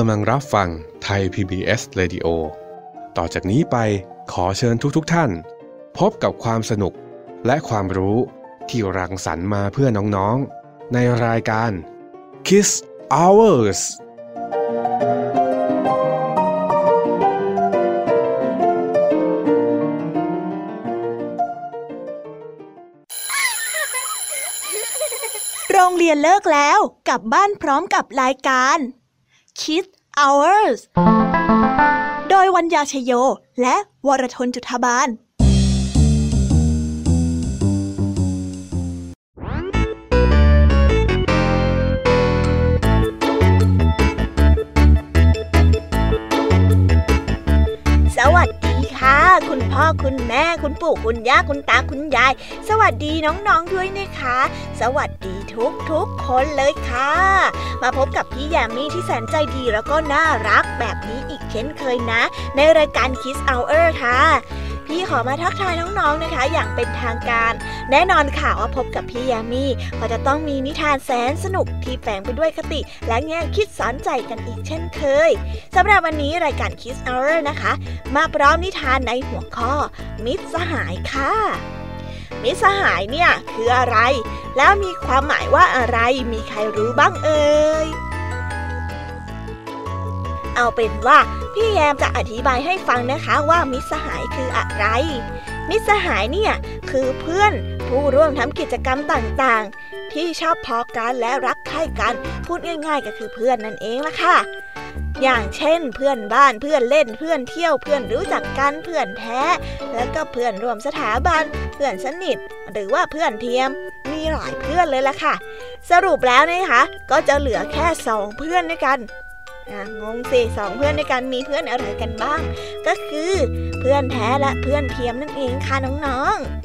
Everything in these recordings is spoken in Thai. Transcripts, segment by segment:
ำลังรับฟังไทย PBS Radio ต่อจากนี้ไปขอเชิญทุกท่านพบกับความสนุกและความรู้ที่รังสรรค์มาเพื่อน้องๆในรายการ Kids Hours โรงเรียนเลิกแล้วกลับบ้านพร้อมกับรายการ Kids Hours โดยวัญญาชโยและวรทนจุฑาบาลสวัสดีค่ะคุณพ่อคุณแม่คุณปู่คุณย่าคุณตาคุณยายสวัสดีน้องๆด้วยนะคะสวัสดีทุกคนเลยค่ะมาพบกับพี่แยมมี่ที่แสนใจดีแล้วก็น่ารักแบบนี้อีกเช่นเคยนะในรายการ Kids Hour ค่ะพี่ขอมาทักทายน้องๆนะคะอย่างเป็นทางการแน่นอนค่ะว่าพบกับพี่แยมมี่ก็จะต้องมีนิทานแสนสนุกที่แฝงไปด้วยคติและแง่คิดสอนใจกันอีกเช่นเคยสำหรับวันนี้รายการ Kids Hour นะคะมาพร้อมนิทานในหัวข้อมิตรสหายค่ะมิตรสหายเนี่ยคืออะไรแล้วมีความหมายว่าอะไรมีใครรู้บ้างเอ่ยเอาเป็นว่าพี่แยมจะอธิบายให้ฟังนะคะว่ามิตรสหายคืออะไรมิตรสหายเนี่ยคือเพื่อนผู้ร่วมทำกิจกรรมต่างๆที่ชอบพอกันและรักใคร่กันพูดง่ายๆก็คือเพื่อนนั่นเองล่ะค่ะอย่างเช่นเพื่อนบ้านเพื่อนเล่นเพื่อนเที่ยวเพื่อนรู้จักกันเพื่อนแท้แล้วก็เพื่อนร่วมสถาบันเพื่อนสนิทหรือว่าเพื่อนเทียมมีหลายเพื่อนเลยล่ะค่ะสรุปแล้วนะคะก็จะเหลือแค่2เพื่อนด้วยกันงงสิ2เพื่อนด้วยกันมีเพื่อนอะไรกันบ้างก็คือเพื่อนแท้และเพื่อนเทียมนั่นเองค่ะน้องๆ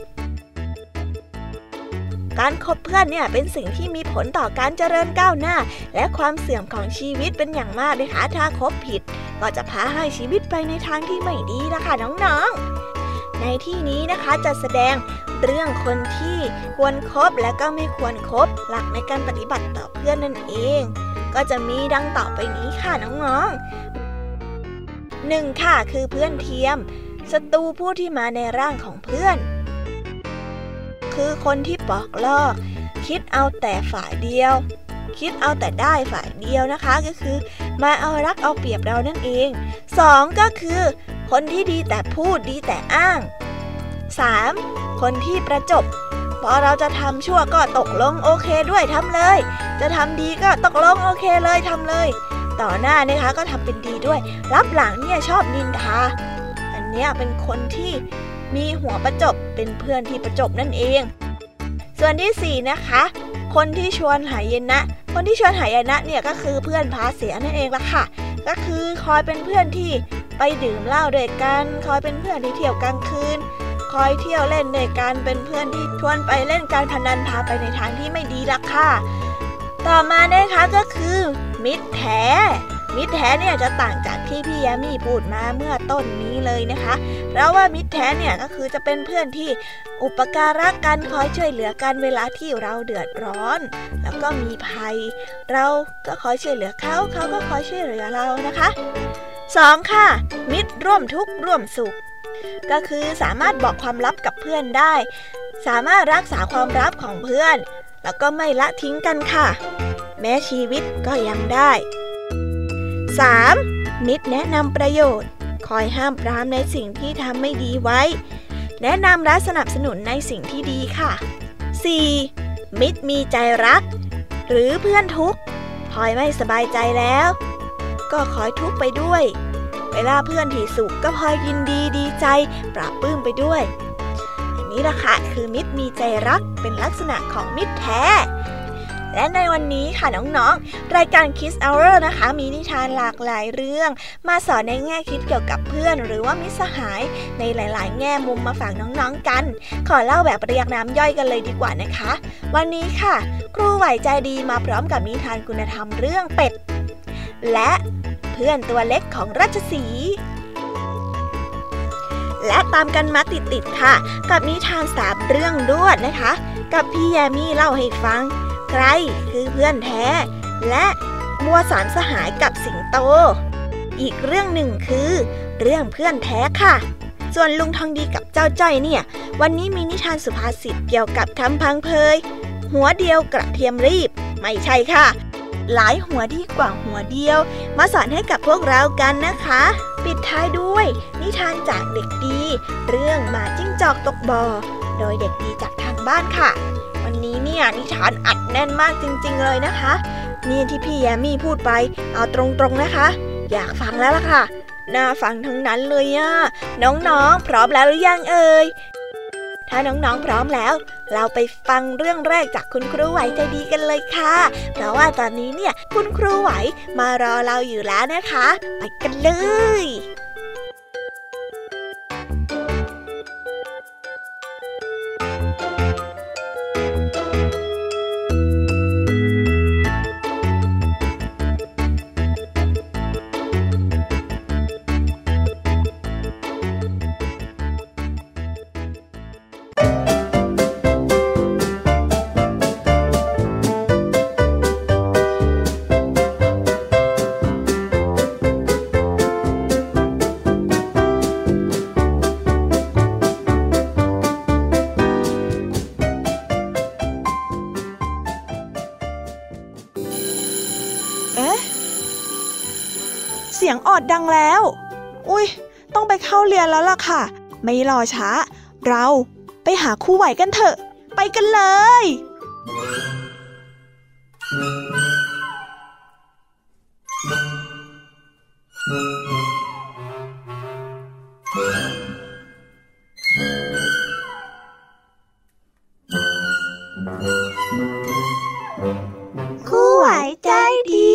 การคบเพื่อนเนี่ยเป็นสิ่งที่มีผลต่อการเจริญก้าวหน้าและความเสื่อมของชีวิตเป็นอย่างมากเลยค่ะถ้าคบผิดก็จะพาให้ชีวิตไปในทางที่ไม่ดีนะคะน้องๆในที่นี้นะคะจะแสดงเรื่องคนที่ควรคบและก็ไม่ควรคบหลักในการปฏิบัติต่อเพื่อนนั่นเองก็จะมีดังต่อไปนี้ค่ะน้องๆ 1 ค่ะคือเพื่อนเทียมศัตรูผู้ที่มาในร่างของเพื่อนคือคนที่ปอกลอกคิดเอาแต่ฝ่ายเดียวคิดเอาแต่ได้ฝ่ายเดียวนะคะก็คือมาเอารักเอาเปรียบเรานั่นเอง2ก็คือคนที่ดีแต่พูดดีแต่อ้าง3คนที่ประจบพอเราจะทำชั่วก็ตกลงโอเคด้วยทำเลยจะทำดีก็ตกลงโอเคเลยทำเลยต่อหน้านะคะก็ทำเป็นดีด้วยรับหลังเนี่ยชอบนินทาอันเนี้ยเป็นคนที่มีหัวประจบเป็นเพื่อนที่ประจบนั่นเองส่วนที่4นะคะคนที่ชวนหายนะคนที่ชวนหายนะเนี่ยก็คือเพื่อนพาเสียนั่นเองล่ะค่ะก็คือคอยเป็นเพื่อนที่ไปดื่มเหล้าด้วยกันคอยเป็นเพื่อนที่เที่ยวกลางคืนคอยเที่ยวเล่นด้วยกันเป็นเพื่อนที่ชวนไปเล่นการพนันพาไปในทางที่ไม่ดีล่ะค่ะต่อมานะคะก็คือมิตรแท้มิตรแท้เนี่ยจะต่างจากที่พี่ยามีพูดมาเมื่อต้นนี้เลยนะคะเพราะว่ามิตรแท้เนี่ยก็คือจะเป็นเพื่อนที่อุปการะกันคอยช่วยเหลือกันเวลาที่เราเดือดร้อนแล้วก็มีภัยเราก็คอยช่วยเหลือเขาเขาก็คอยช่วยเหลือเรานะคะ2ค่ะมิตรร่วมทุกข์ร่วมสุขก็คือสามารถบอกความลับกับเพื่อนได้สามารถรักษาความลับของเพื่อนแล้วก็ไม่ละทิ้งกันค่ะแม้ชีวิตก็ยังได้3มิตรแนะนำประโยชน์คอยห้ามปรามในสิ่งที่ทำไม่ดีไว้แนะนำและสนับสนุนในสิ่งที่ดีค่ะ4มิตรมีใจรักหรือเพื่อนทุกข์คอยไม่สบายใจแล้วก็คอยทุกข์ไปด้วยเวลาเพื่อนที่สุขก็พลอยยินดีดีใจปราบปลื้มไปด้วยอันนี้ล่ะค่ะคือมิตรมีใจรักเป็นลักษณะของมิตรแท้และในวันนี้ค่ะน้องๆรายการ Kids Hour นะคะมีนิทานหลากหลายเรื่องมาสอนในแง่คิดเกี่ยวกับเพื่อนหรือว่ามิตรสหายในหลายๆแง่มุมมาฝากน้องๆกันขอเล่าแบบเรียงน้ำย่อยกันเลยดีกว่านะคะวันนี้ค่ะครูไหวใจดีมาพร้อมกับนิทานคุณธรรมเรื่องเป็ดและเพื่อนตัวเล็กของราชสีห์และตามกันมาติดๆค่ะกับนิทาน3เรื่องรวดนะคะกับพี่แยมี่เล่าให้ฟังใครคือเพื่อนแท้และบัวสารสหายกับสิงโตอีกเรื่องหนึ่งคือเรื่องเพื่อนแท้ค่ะส่วนลุงทองดีกับเจ้าจ้อยเนี่ยวันนี้มีนิทานสุภาษิตเกี่ยวกับคำพังเพยหัวเดียวกระเทียมรีบไม่ใช่ค่ะหลายหัวดีกว่าหัวเดียวมาสอนให้กับพวกเรากันนะคะปิดท้ายด้วยนิทานจากเด็กดีเรื่องหมาจิ้งจอกตกบ่อโดยเด็กดีจากทางบ้านค่ะวันนี้เนี่ยนิทานอัดแน่นมากจริงๆเลยนะคะนี่ที่พี่แยมมี่พูดไปเอาตรงๆนะคะอยากฟังแล้วล่ะค่ะน่าฟังทั้งนั้นเลยอ่ะน้องๆพร้อมแล้วหรือยังเอ่ยถ้าน้องๆพร้อมแล้วเราไปฟังเรื่องแรกจากคุณครูไหวใจดีกันเลยค่ะเพราะว่าตอนนี้เนี่ยคุณครูไหวมารอเราอยู่แล้วนะคะไปกันเลยเสียงออดดังแล้วอุ๊ยต้องไปเข้าเรียนแล้วล่ะค่ะไม่รอช้าเราไปหาครูไหวกันเถอะไปกันเลยครูไหวใจดี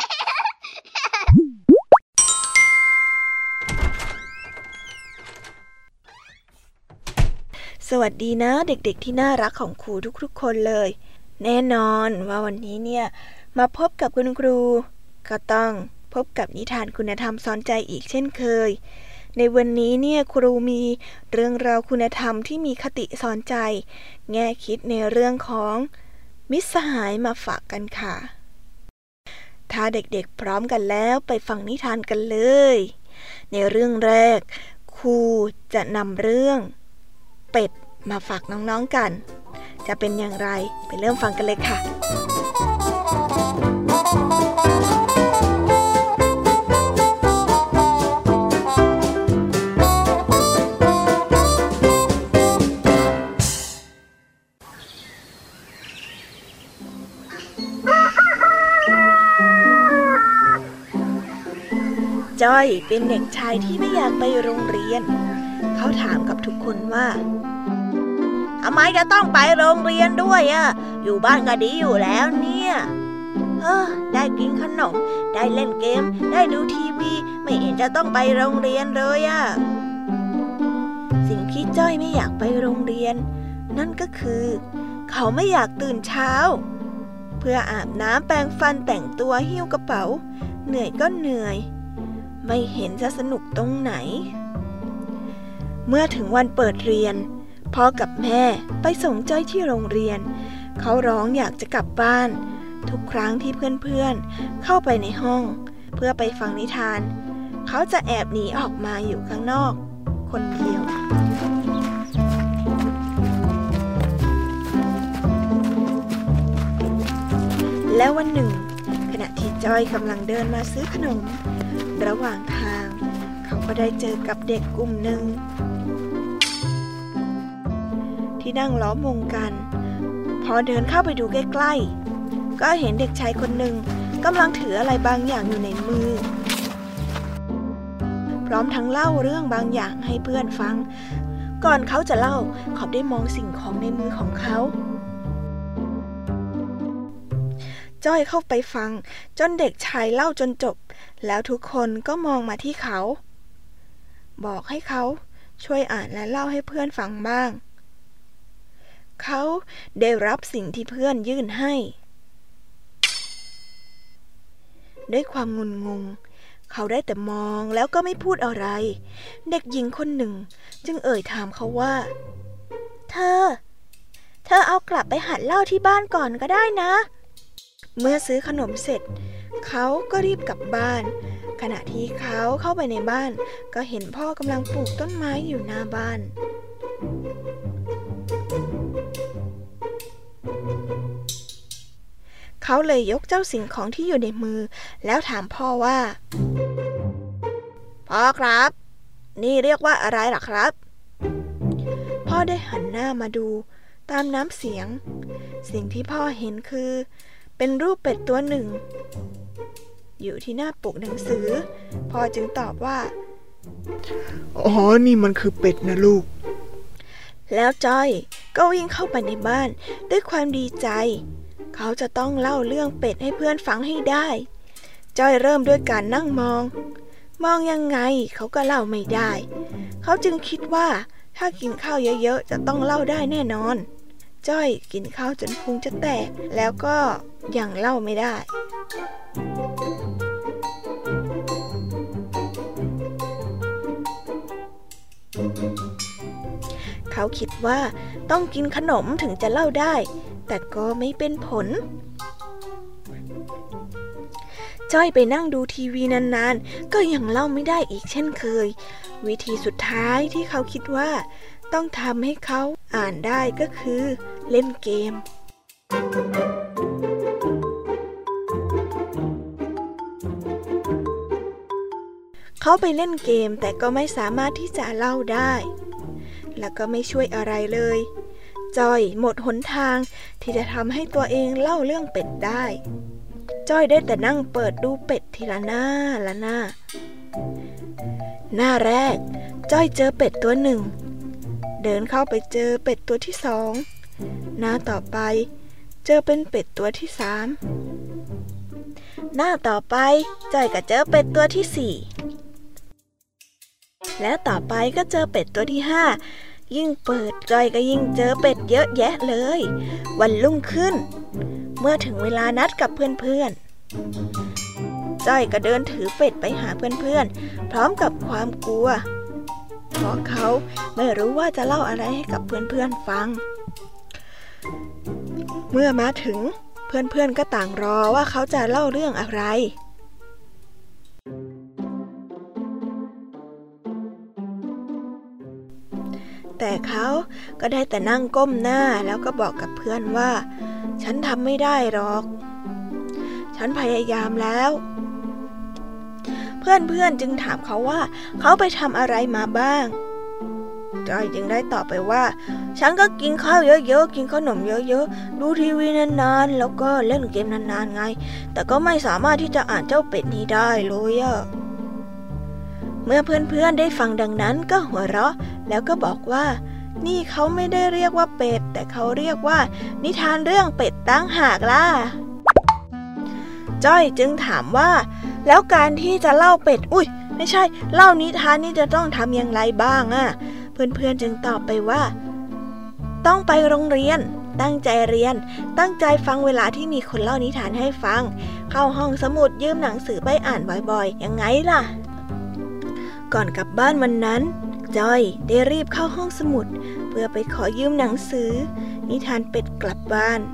สวัสดีนะเด็กๆที่น่ารักของครูทุกๆคนเลยแน่นอนว่าวันนี้เนี่ยมาพบกับคุณครูก็ต้องพบกับนิทานคุณธรรมสอนใจอีกเช่นเคยในวันนี้เนี่ยครูมีเรื่องราวคุณธรรมที่มีคติสอนใจแง่คิดในเรื่องของมิตรสหายมาฝากกันค่ะถ้าเด็กๆพร้อมกันแล้วไปฟังนิทานกันเลยในเรื่องแรกครูจะนำเรื่องเป็ดมาฝากน้องๆกันจะเป็นอย่างไรไปเริ่มฟังกันเลยค่ะจ้อยเป็นเด็กชายที่ไม่อยากไปโรงเรียนเขาถามกับทุกคนว่าทำไมจะต้องไปโรงเรียนด้วยอ่ะอยู่บ้านก็ดีอยู่แล้วเนี่ยได้กินขนมได้เล่นเกมได้ดูทีวีไม่เห็นจะต้องไปโรงเรียนเลยอ่ะสิ่งที่จ้อยไม่อยากไปโรงเรียนนั่นก็คือเขาไม่อยากตื่นเช้าเพื่ออาบน้ำแปรงฟันแต่งตัวหิ้วกระเป๋าเหนื่อยก็เหนื่อยไม่เห็นจะสนุกตรงไหนเมื่อถึงวันเปิดเรียนพ่อกับแม่ไปส่งจ้อยที่โรงเรียนเขาร้องอยากจะกลับบ้านทุกครั้งที่เพื่อนๆเข้าไปในห้องเพื่อไปฟังนิทานเขาจะแอบหนีออกมาอยู่ข้างนอกคนเดียวแล้ววันหนึ่งขณะที่จ้อยกำลังเดินมาซื้อขนมระหว่างทางเขาก็ได้เจอกับเด็กกลุ่มหนึ่งที่นั่งล้อมวงกันพอเดินเข้าไปดูใกล้ๆก็เห็นเด็กชายคนหนึ่งกำลังถืออะไรบางอย่างอยู่ในมือพร้อมทั้งเล่าเรื่องบางอย่างให้เพื่อนฟังก่อนเขาจะเล่าเขาได้มองสิ่งของในมือของเขาจ้อยเข้าไปฟังจนเด็กชายเล่าจนจบแล้วทุกคนก็มองมาที่เขาบอกให้เขาช่วยอ่านและเล่าให้เพื่อนฟังบ้างเขาได้รับสิ่งที่เพื่อนยื่นให้ด้วยความงุนงงเขาได้แต่มองแล้วก็ไม่พูดอะไรเด็กหญิงคนหนึ่งจึงเอ่ยถามเขาว่าเธอเอากลับไปหัดเล่าที่บ้านก่อนก็ได้นะเมื่อซื้อขนมเสร็จเขาก็รีบกลับบ้านขณะที่เขาเข้าไปในบ้านก็เห็นพ่อกำลังปลูกต้นไม้อยู่หน้าบ้านเขาเลยยกเจ้าสิ่งของที่อยู่ในมือแล้วถามพ่อว่าพ่อครับนี่เรียกว่าอะไรล่ะครับพ่อได้หันหน้ามาดูตามน้ำเสียงสิ่งที่พ่อเห็นคือเป็นรูปเป็ดตัวหนึ่งอยู่ที่หน้าปกหนังสือพ่อจึงตอบว่าอ๋อนี่มันคือเป็ดนะลูกแล้วจ้อยก็วิ่งเข้าไปในบ้านด้วยความดีใจเขาจะต้องเล่าเรื่องเป็ดให้เพื่อนฟังให้ได้จ้อยเริ่มด้วยการนั่งมองยังไงเขาก็เล่าไม่ได้เขาจึงคิดว่าถ้ากินข้าวเยอะๆจะต้องเล่าได้แน่นอนจ้อยกินข้าวจนพุงจะแตกแล้วก็ยังเล่าไม่ได้เขาคิดว่าต้องกินขนมถึงจะเล่าได้แต่ก็ไม่เป็นผลจ้อยไปนั่งดูทีวีนานๆก็ยังเล่าไม่ได้อีกเช่นเคยวิธีสุดท้ายที่เขาคิดว่าต้องทำให้เขาอ่านได้ก็คือเล่นเกมเขาไปเล่นเกมแต่ก็ไม่สามารถที่จะเล่าได้แล้วก็ไม่ช่วยอะไรเลยจ้อยหมดหนทางที่จะทำให้ตัวเองเล่าเรื่องเป็ดได้จ้อยได้แต่นั่งเปิดดูเป็ดทีละหน้าละหน้าหน้าแรกจ้อยเจอเป็ดตัวหนึ่งเดินเข้าไปเจอเป็ดตัวที่สองหน้าต่อไปเจอเป็นเป็ดตัวที่สามหน้าต่อไปจ้อยก็เจอเป็ดตัวที่สี่แล้วต่อไปก็เจอเป็ดตัวที่ห้ายิ่งเปิดจ้อยก็ยิ่งเจอเป็ดเยอะแยะเลยวันรุ่งขึ้นเมื่อถึงเวลานัดกับเพื่อนๆจ้อยก็เดินถือเป็ดไปหาเพื่อนๆพร้อมกับความกลัวเพราะเขาไม่รู้ว่าจะเล่าอะไรให้กับเพื่อนๆฟังเมื่อมาถึงเพื่อนๆก็ต่างรอว่าเขาจะเล่าเรื่องอะไรแต่เขาก็ได้แต่นั่งก้มหน้าแล้วก็บอกกับเพื่อนว่าฉันทำไม่ได้หรอกฉันพยายามแล้วเพื่อนๆจึงถามเขาว่าเขาไปทำอะไรมาบ้างจ้อยจึงได้ตอบไปว่าฉันก็กินข้าวเยอะๆกินขนมเยอะๆดูทีวีนานๆแล้วก็เล่นเกมนานๆไงแต่ก็ไม่สามารถที่จะอ่านเจ้าเป็ดนี้ได้เลยอะเมื่อเพื่อนๆได้ฟังดังนั้นก็หัวเราะแล้วก็บอกว่านี่เขาไม่ได้เรียกว่าเป็ดแต่เขาเรียกว่านิทานเรื่องเป็ดตั้งหากล่ะจ้อยจึงถามว่าแล้วการที่จะเล่าเป็ดไม่ใช่เล่านิทานนี่จะต้องทำอย่างไรบ้างอ่ะเพื่อนๆจึงตอบไปว่าต้องไปโรงเรียนตั้งใจเรียนตั้งใจฟังเวลาที่มีคนเล่านิทานให้ฟังเข้าห้องสมุดยืมหนังสือไปอ่านบ่อยๆยังไงล่ะก่อนกลับบ้านวันนั้นจ้อยได้รีบเข้าห้องสมุดเพื่อไปขอยืมหนังสือนิทานเป็ดกลับบ้าน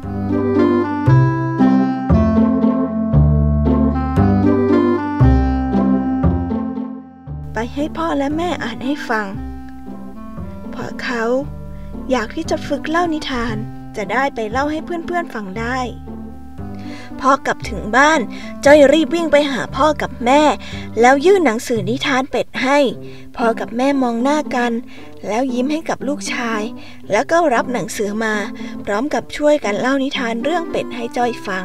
ไปให้พ่อและแม่อ่านให้ฟังเพราะเขาอยากที่จะฝึกเล่านิทานจะได้ไปเล่าให้เพื่อนๆฟังได้พอกลับถึงบ้านจ้อยรีบวิ่งไปหาพ่อกับแม่แล้วยื่นหนังสือนิทานเป็ดให้พ่อกับแม่มองหน้ากันแล้วยิ้มให้กับลูกชายแล้วก็รับหนังสือมาพร้อมกับช่วยกันเล่านิทานเรื่องเป็ดให้จ้อยฟัง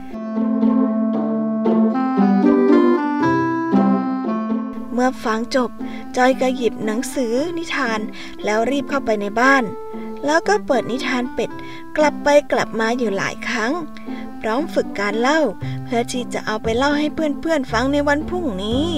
เมื่อฟังจบจ้อยก็หยิบหนังสือนิทานแล้วรีบเข้าไปในบ้านแล้วก็เปิดนิทานเป็ดกลับไปกลับมาอยู่หลายครั้งพร้อมฝึกการเล่าเพื่อที่จะเอาไปเล่าให้เพื่อนๆฟังในวันพรุ่งนี้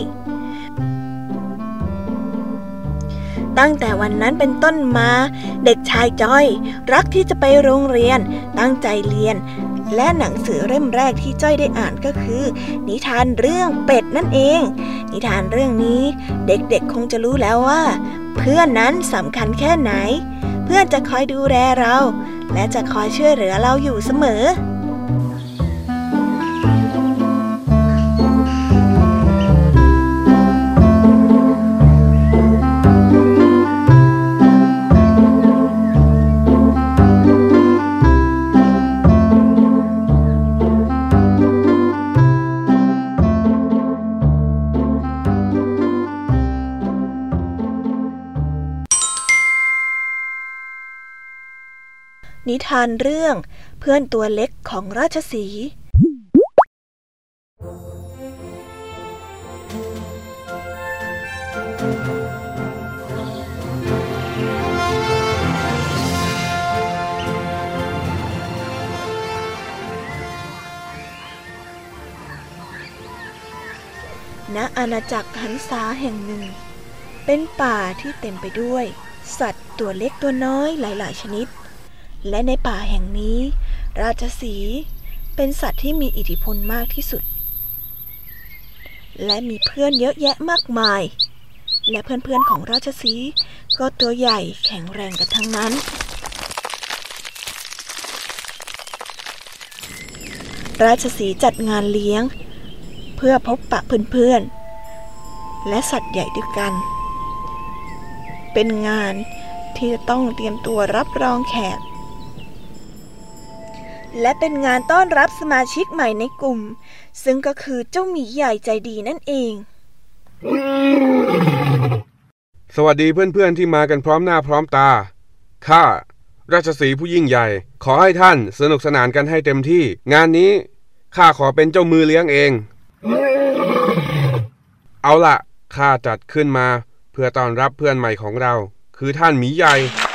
ตั้งแต่วันนั้นเป็นต้นมาเด็กชายจ้อยรักที่จะไปโรงเรียนตั้งใจเรียนและหนังสือเล่มแรกที่จ้อยได้อ่านก็คือนิทานเรื่องเป็ดนั่นเองนิทานเรื่องนี้เด็กๆคงจะรู้แล้วว่าเพื่อนนั้นสำคัญแค่ไหนเพื่อนจะคอยดูแลเราและจะคอยช่วยเหลือเราอยู่เสมอนิทานเรื่องเพื่อนตัวเล็กของราชสีห์ณ อาณาจักรหันษาแห่งหนึ่งเป็นป่าที่เต็มไปด้วยสัตว์ตัวเล็กตัวน้อยหลายๆชนิดและในป่าแห่งนี้ราชสีห์เป็นสัตว์ที่มีอิทธิพลมากที่สุดและมีเพื่อนเยอะแยะมากมายและเพื่อนๆของราชสีห์ก็ตัวใหญ่แข็งแรงกันทั้งนั้นราชสีห์จัดงานเลี้ยงเพื่อพบปะเพื่อนๆและสัตว์ใหญ่ด้วยกันเป็นงานที่จะต้องเตรียมตัวรับรองแขกและเป็นงานต้อนรับสมาชิกใหม่ในกลุ่มซึ่งก็คือเจ้าหมีใหญ่ใจดีนั่นเองสวัสดีเพื่อนๆที่มากันพร้อมหน้าพร้อมตาข้าราชสีห์ผู้ยิ่งใหญ่ขอให้ท่านสนุกสนานกันให้เต็มที่งานนี้ข้าขอเป็นเจ้ามือเลี้ยงเองเอาล่ะข้าจัดขึ้นมาเพื่อต้อนรับเพื่อนใหม่ของเราคือท่านหมีใหญ่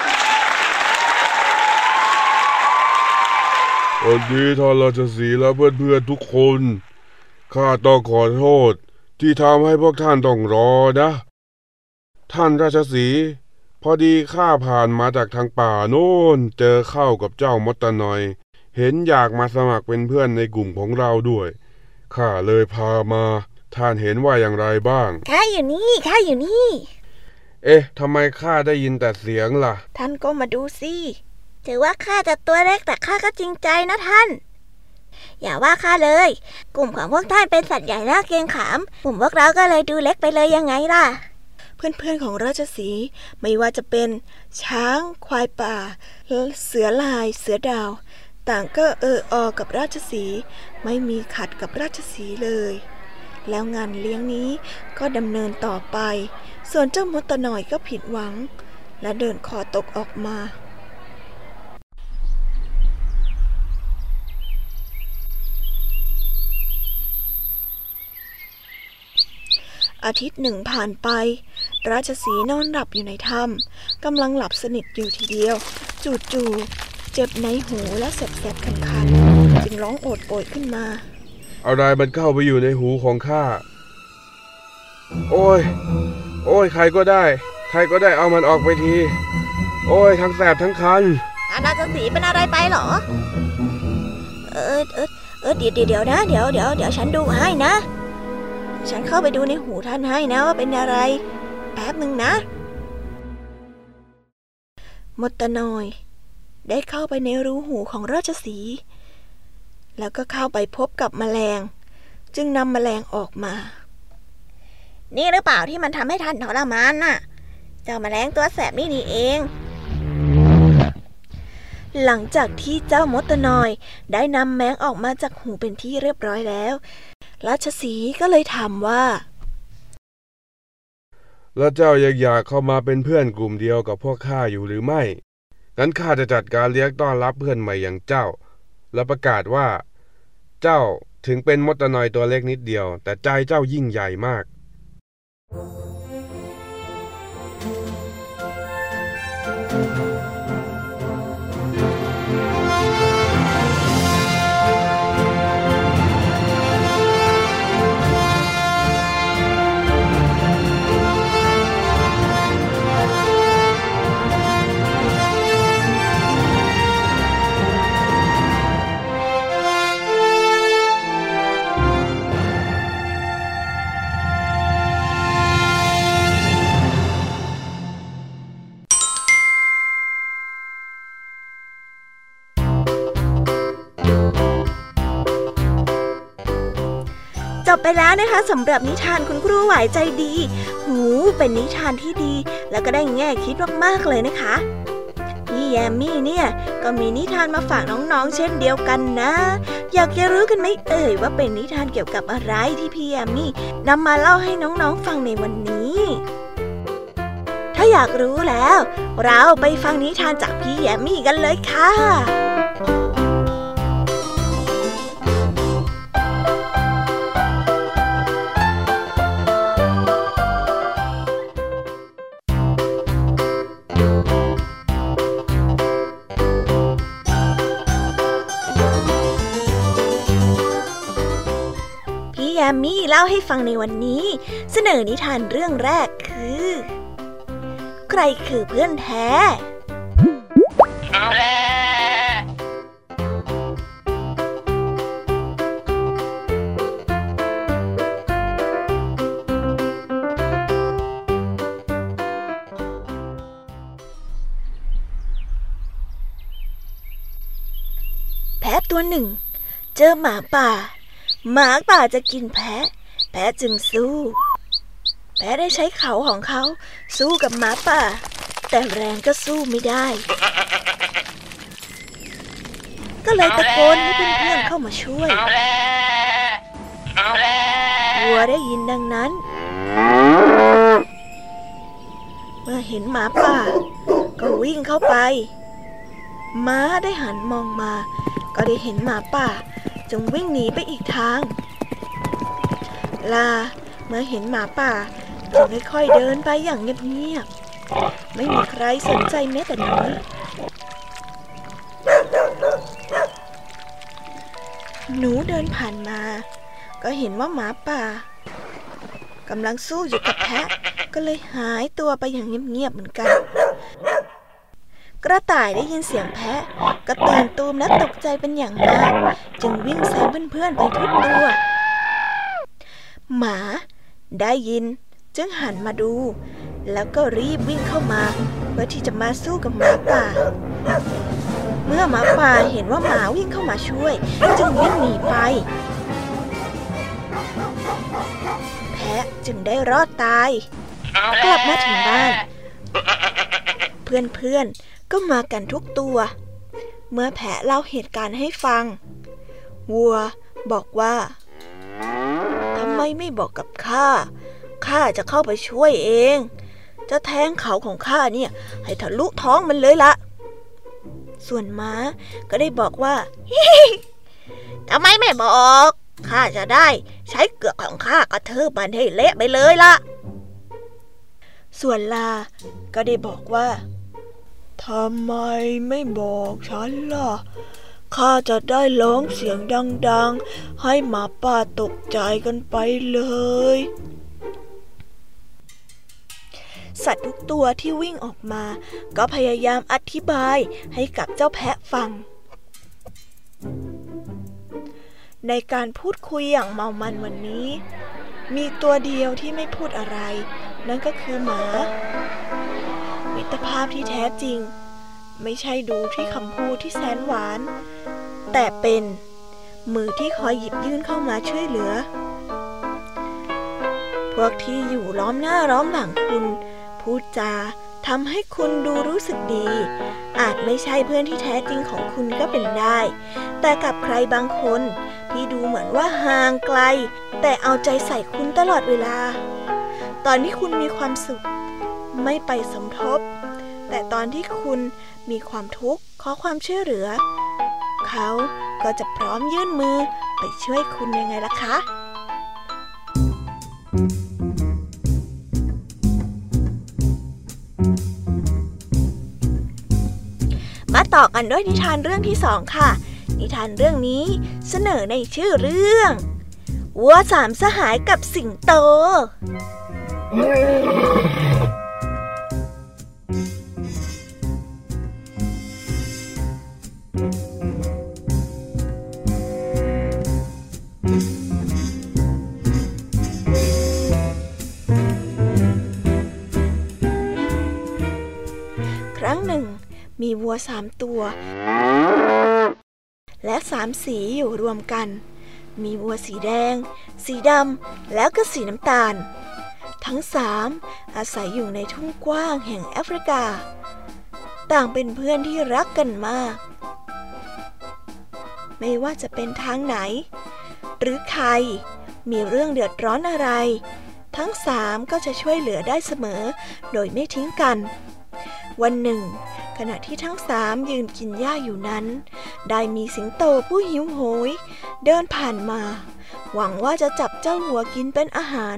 สวัสดีท่านราชสีห์และเพื่อนๆทุกคนข้าต้องขอโทษที่ทำให้พวกท่านต้องรอนะท่านราชสีห์พอดีข้าผ่านมาจากทางป่าโน่นเจอเข้ากับเจ้ามดตะนอยเห็นอยากมาสมัครเป็นเพื่อนในกลุ่มของเราด้วยข้าเลยพามาท่านเห็นว่าอย่างไรบ้างข้าอยู่นี่เอ๊ะทำไมข้าได้ยินแต่เสียงล่ะท่านก็มาดูสิถือว่าข้าจะตัวเล็กแต่ข้าก็จริงใจนะท่านอย่าว่าข้าเลยกลุ่มของพวกท่านเป็นสัตว์ใหญ่น่าเกรงขามกลุ่มพวกเราก็เลยดูเล็กไปเลยยังไงล่ะเพื่อนๆของราชสีห์ไม่ว่าจะเป็นช้างควายป่าเสือลายเสือดาวต่างก็อกับราชสีห์ไม่มีขัดกับราชสีห์เลยแล้วงานเลี้ยงนี้ก็ดำเนินต่อไปส่วนเจ้ามดตะนอยก็ผิดหวังและเดินคอตกออกมาอาทิตย์หนึ่งผ่านไปราชสีห์นอนหลับอยู่ในถ้ำกำลังหลับสนิทอยู่ทีเดียวจู่ๆเจ็บในหูและแสบๆคันๆจึงร้องโอดโอยขึ้นมาอะไรมันเข้าไปอยู่ในหูของข้าโอ้ยใครก็ได้เอามันออกไปทีโอ้ยทั้งแสบทั้งคันราชสีห์เป็นอะไรไปหรอเดี๋ยวนะเดี๋ยวฉันดูให้นะฉันเข้าไปดูในหูท่านให้นะว่าเป็นอะไรแป๊บนึงนะมดตะนอยได้เข้าไปในรูหูของราชสีห์แล้วก็เข้าไปพบกับแมลงจึงนำแมลงออกมานี่หรือเปล่าที่มันทำให้ท่านทรมานน่ะเจ้าแมลงตัวแสบนี่เองหลังจากที่เจ้ามดตะนอยได้นำแมงออกมาจากหูเป็นที่เรียบร้อยแล้วราชสีห์ก็เลยถามว่าแล้วเจ้ายังอยากเข้ามาเป็นเพื่อนกลุ่มเดียวกับพวกข้าอยู่หรือไม่งั้นข้าจะจัดการเลี้ยงต้อนรับเพื่อนใหม่อย่างเจ้าและประกาศว่าเจ้าถึงเป็นมดตะนอยตัวเล็กนิดเดียวแต่ใจเจ้ายิ่งใหญ่มากจบไปแล้วนะคะสำหรับนิทานคุณครูไหวใจดีเป็นนิทานที่ดีแล้วก็ได้แง่คิดมากๆเลยนะคะพี่แยมมี่เนี่ยก็มีนิทานมาฝากน้องๆเช่นเดียวกันนะอยากจะรู้กันไหมว่าเป็นนิทานเกี่ยวกับอะไรที่พี่แยมมี่นำมาเล่าให้น้องๆฟังในวันนี้ถ้าอยากรู้แล้วเราไปฟังนิทานจากพี่แยมมี่กันเลยค่ะแยมมี่เล่าให้ฟังในวันนี้เสนอนิทานเรื่องแรกคือใครคือเพื่อนแท้แพะตัวหนึ่งเจอหมาป่าจะกินแพะจึงสู้แพะได้ใช้เขาของเขาสู้กับหมาป่าแต่แรงก็สู้ไม่ได้ก็เลยตะโกนให้เพื่อนๆเข้ามาช่วยวัวได้ยินดังนั้นเมื่อเห็นหมาป่าก็วิ่งเข้าไปม้าได้หันมองมาก็ได้เห็นหมาป่าจึงวิ่งหนีไปอีกทางลาเมื่อเห็นหมาป่าจึงค่อยๆเดินไปอย่างเงียบๆไม่มีใครสนใจแม้แต่น้อยหนูเดินผ่านมาก็เห็นว่าหมาป่ากำลังสู้อยู่กับแพะก็เลยหายตัวไปอย่างเงียบๆเหมือนกันกระต่ายได้ยินเสียงแพะก็ตื่นตูมและตกใจเป็นอย่างมากจึงวิ่งแซงเพื่อนๆไปทุกตัวหมาได้ยินจึงหันมาดูแล้วก็รีบวิ่งเข้ามาเพื่อที่จะมาสู้กับหมาป่าเมื่อหมาป่าเห็นว่าหมาวิ่งเข้ามาช่วยจึงวิ่งหนีไปแพะจึงได้รอดตายกลับมาถึงบ้านเพื่อนๆก็มากันทุกตัวเมื่อแพะเล่าเหตุการณ์ให้ฟังวัวบอกว่าทำไมไม่บอกกับข้าจะเข้าไปช่วยเองจะแทงเขาของข้าเนี่ยให้ทะลุท้องมันเลยละส่วนม้าก็ได้บอกว่าทำไมไม่บอกข้าจะได้ใช้เกือกของข้ากระทืบมันให้เละไปเลยละส่วนลาก็ได้บอกว่าทำไมไม่บอกฉันล่ะข้าจะได้ร้องเสียงดังๆให้หมาป่าตกใจกันไปเลยสัตว์ทุกตัวที่วิ่งออกมาก็พยายามอธิบายให้กับเจ้าแพะฟังในการพูดคุยอย่างเมามันวันนี้มีตัวเดียวที่ไม่พูดอะไรนั่นก็คือหมามิตรภาพที่แท้จริงไม่ใช่ดูที่คำพูดที่แสนหวานแต่เป็นมือที่คอยหยิบยื่นเข้ามาช่วยเหลือพวกที่อยู่ล้อมหน้าล้อมหลังคุณพูดจาทำให้คุณดูรู้สึกดีอาจไม่ใช่เพื่อนที่แท้จริงของคุณก็เป็นได้แต่กับใครบางคนที่ดูเหมือนว่าห่างไกลแต่เอาใจใส่คุณตลอดเวลาตอนที่คุณมีความสุขไม่ไปสมทบแต่ตอนที่คุณมีความทุกข์ขอความช่วยเหลือเขาก็จะพร้อมยื่นมือไปช่วยคุณยังไงล่ะคะมาต่อกันด้วยนิทานเรื่องที่2ค่ะนิทานเรื่องนี้เสนอในชื่อเรื่องวัวสามสหายกับสิงโตครั้งหนึ่งมีวัว3ตัวและ3สีอยู่รวมกันมีวัวสีแดงสีดำแล้วก็สีน้ำตาลทั้ง3อาศัยอยู่ในทุ่งกว้างแห่งแอฟริกาต่างเป็นเพื่อนที่รักกันมากไม่ว่าจะเป็นทางไหนหรือใครมีเรื่องเดือดร้อนอะไรทั้งสามก็จะช่วยเหลือได้เสมอโดยไม่ทิ้งกันวันหนึ่งขณะที่ทั้งสามยืนกินหญ้าอยู่นั้นได้มีสิงโตผู้หิวโหยเดินผ่านมาหวังว่าจะจับเจ้าวัวกินเป็นอาหาร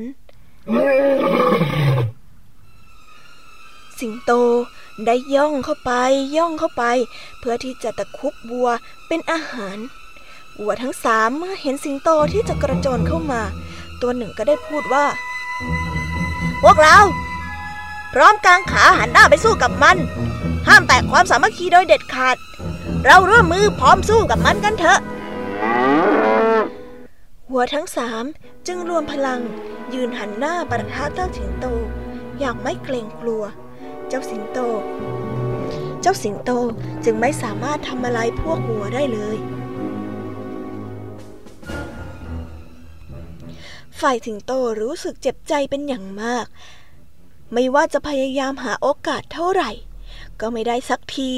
สิงโตได้ย่องเข้าไปเพื่อที่จะตะคุบวัวเป็นอาหารวัวทั้งสามเมื่อเห็นสิงโตที่จะกระโจนเข้ามาตัวหนึ่งก็ได้พูดว่าพวกเราพร้อมกางขาหันหน้าไปสู้กับมันห้ามแตกความสามัคคีโดยเด็ดขาดเราร่วมมือพร้อมสู้กับมันกันเถอะวัวทั้งสามจึงรวมพลังยืนหันหน้าปะทะเจ้าสิงโตอย่างไม่เกรงกลัวเจ้าสิงโตจึงไม่สามารถทำอะไรพวกวัวได้เลยฝ่ายสิงโตรู้สึกเจ็บใจเป็นอย่างมากไม่ว่าจะพยายามหาโอกาสเท่าไหร่ก็ไม่ได้สักที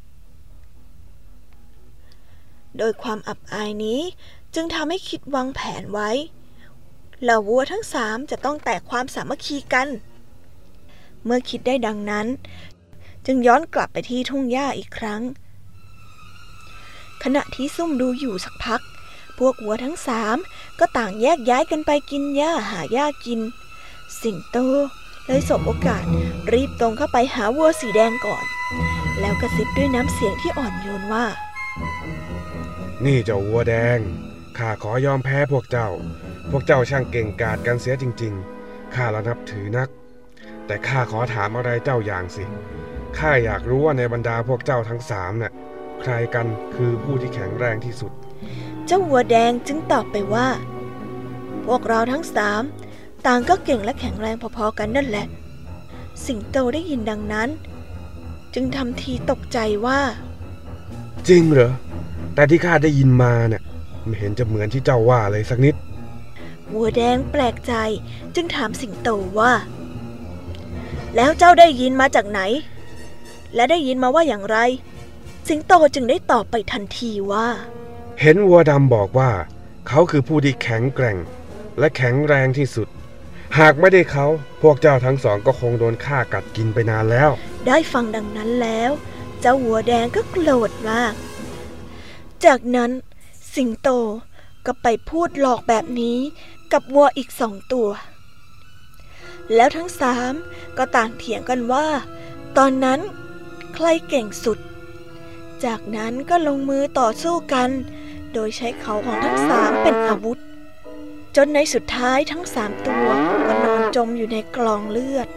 โดยความอับอายนี้จึงทำให้คิดวางแผนไว้เหล่าวัวทั้งสามจะต้องแตกความสามัคคีกันเมื่อคิดได้ดังนั้นจึงย้อนกลับไปที่ทุ่งหญ้าอีกครั้งขณะที่ซุ่มดูอยู่สักพักพวกวัวทั้งสามก็ต่างแยกย้ายกันไปกินหญ้าหาหญ้ากินสิงโตเลยสบโอกาสรีบตรงเข้าไปหาวัวสีแดงก่อนแล้วกระซิบด้วยน้ำเสียงที่อ่อนโยนว่านี่เจ้าวัวแดงข้าขอยอมแพ้พวกเจ้าช่างเก่งกาจกันเสียจริงๆข้าละนับถือนักแต่ข้าขอถามอะไรเจ้าอย่างสิข้าอยากรู้ว่าในบรรดาพวกเจ้าทั้งสามน่ะใครกันคือผู้ที่แข็งแรงที่สุดเจ้าวัวแดงจึงตอบไปว่าพวกเราทั้งสามต่างก็เก่งและแข็งแรงพอๆกันนั่นแหละสิงโตได้ยินดังนั้นจึงทำทีตกใจว่าจริงเหรอแต่ที่ข้าได้ยินมาเนี่ยไม่เห็นจะเหมือนที่เจ้าว่าเลยสักนิดวัวแดงแปลกใจจึงถามสิงโตว่าแล้วเจ้าได้ยินมาจากไหนและได้ยินมาว่าอย่างไรสิงโตจึงได้ตอบไปทันทีว่าเห็นวัวดำบอกว่าเขาคือผู้ที่แข็งแกร่งและแข็งแรงที่สุดหากไม่ได้เขาพวกเจ้าทั้งสองก็คงโดนฆ่ากัดกินไปนานแล้วได้ฟังดังนั้นแล้วเจ้าวัวแดงก็โกรธมากจากนั้นสิงโตก็ไปพูดหลอกแบบนี้กับวัวอีก2 ตัวแล้วทั้งสามก็ต่างเถียงกันว่าตอนนั้นใครเก่งสุดจากนั้นก็ลงมือต่อสู้กันโดยใช้เขาของทั้งสามเป็นอาวุธจนในสุดท้ายทั้ง3 ตัวก็นอนจมอยู่ในกลองเลือด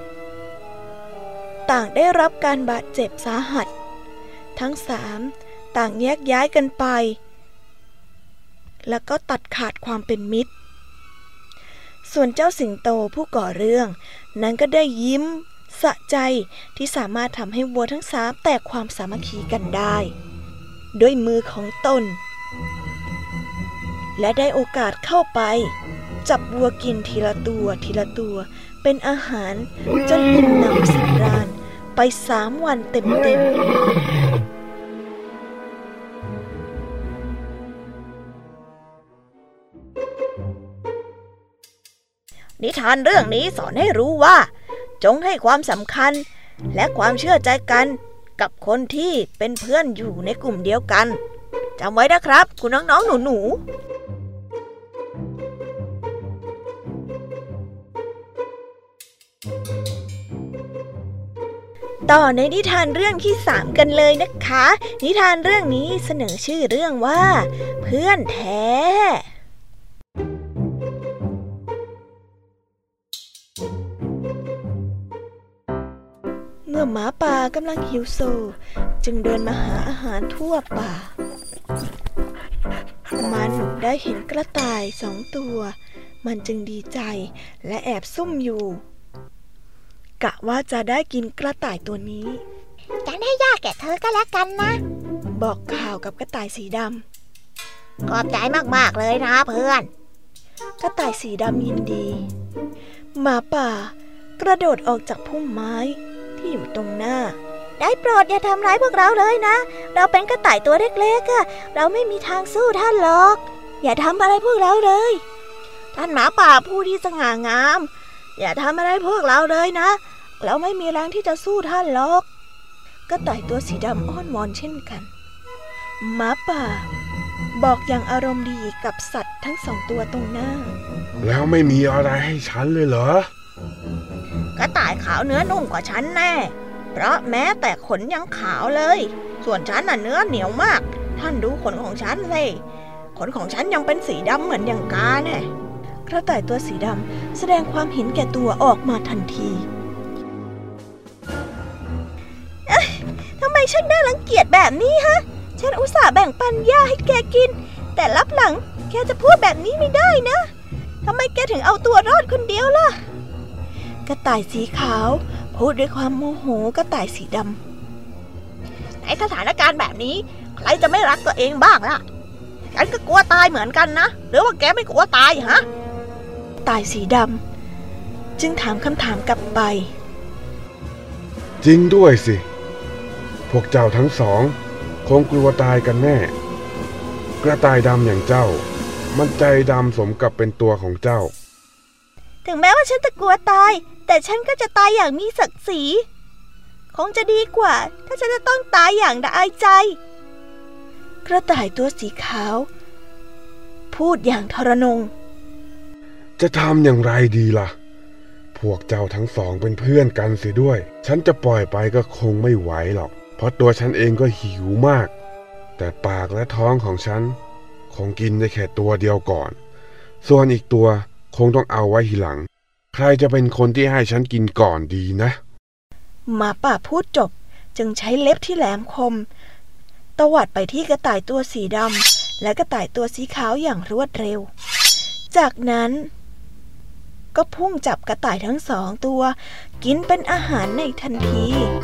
ต่างได้รับการบาดเจ็บสาหัสทั้ง3ต่างแยกย้ายกันไปแล้วก็ตัดขาดความเป็นมิตรส่วนเจ้าสิงโตผู้ก่อเรื่องนั้นก็ได้ยิ้มสะใจที่สามารถทำให้วัวทั้ง3แตกความสามัคคีกันได้ด้วยมือของตนและได้โอกาสเข้าไปจับวัวกินทีละตัวเป็นอาหารจนอิ่มหนำสำราญไป3 วันเต็มนิทานเรื่องนี้สอนให้รู้ว่าจงให้ความสำคัญและความเชื่อใจกันกับคนที่เป็นเพื่อนอยู่ในกลุ่มเดียวกันจำไว้นะครับคุณน้องๆหนูๆต่อในนิทานเรื่องที่3กันเลยนะคะนิทานเรื่องนี้เสนอชื่อเรื่องว่าเพื่อนแท้เมื่อหมาป่ากำลังหิวโซจึงเดินมาหาอาหารทั่วป่ามันได้เห็นกระต่าย2 ตัวมันจึงดีใจและแอบซุ่มอยู่กะว่าจะได้กินกระต่ายตัวนี้ฉันให้ยาแก่เธอก็แล้วกันนะบอกข่าวกับกระต่ายสีดำขอบใจมากๆเลยนะเพื่อนกระต่ายสีดำยินดีหมาป่ากระโดดออกจากพุ่มไม้ที่อยู่ตรงหน้าได้โปรดอย่าทำร้ายพวกเราเลยนะเราเป็นกระต่ายตัวเล็กๆเราไม่มีทางสู้ท่านหรอกอย่าทำอะไรพวกเราเลยท่านหมาป่าผู้ที่สง่างามอย่าทำอะไรพวกเราเลยนะเราไม่มีแรงที่จะสู้ท่านหรอกกระต่ายตัวสีดำอ้อนวอนเช่นกันหมาป่าบอกอย่างอารมณ์ดีกับสัตว์ทั้ง2 ตัวตรงหน้าแล้วไม่มีอะไรให้ฉันเลยเหรอกระต่ายขาวเนื้อนุ่มกว่าฉันแน่เพราะแม้แต่ขนยังขาวเลยส่วนฉันน่ะเนื้อเหนียวมากท่านดูขนของฉันสิขนของฉันยังเป็นสีดำเหมือนอย่างกาเนี่ยกระต่ายตัวสีดำแสดงความเห็นแก่ตัวออกมาทันทีทำไมฉันน่ารังเกียจแบบนี้ฮะฉันอุตส่าห์แบ่งปันหญ้าให้แกกินแต่ลับหลังแกจะพูดแบบนี้ไม่ได้นะทำไมแกถึงเอาตัวรอดคนเดียวล่ะกระต่ายสีขาวพูดด้วยความโมโหกระต่ายสีดำในสถานการณ์แบบนี้ใครจะไม่รักตัวเองบ้างล่ะฉันก็กลัวตายเหมือนกันนะหรือว่าแกไม่กลัวตายฮะกระต่ายสีดำจึงถามคำถามกลับไปจริงด้วยสิพวกเจ้าทั้งสองคงกลัวตายกันแน่กระต่ายดำอย่างเจ้ามันใจดำสมกับเป็นตัวของเจ้าถึงแม้ว่าฉันจะกลัวตายแต่ฉันก็จะตายอย่างมีศักดิ์ศรีคงจะดีกว่าถ้าฉันจะต้องตายอย่างละอายใจกระต่ายตัวสีขาวพูดอย่างทรนงจะทำอย่างไรดีล่ะพวกเจ้าทั้งสองเป็นเพื่อนกันเสียด้วยฉันจะปล่อยไปก็คงไม่ไหวหรอกเพราะตัวฉันเองก็หิวมากแต่ปากและท้องของฉันคงกินได้แค่ตัวเดียวก่อนส่วนอีกตัวคงต้องเอาไว้ทีหลังใครจะเป็นคนที่ให้ฉันกินก่อนดีนะหมาป่าพูดจบจึงใช้เล็บที่แหลมคมตวัดไปที่กระต่ายตัวสีดำและกระต่ายตัวสีขาวอย่างรวดเร็วจากนั้นก็พุ่งจับกระต่ายทั้ง2 ตัวกินเป็นอาหารในทันที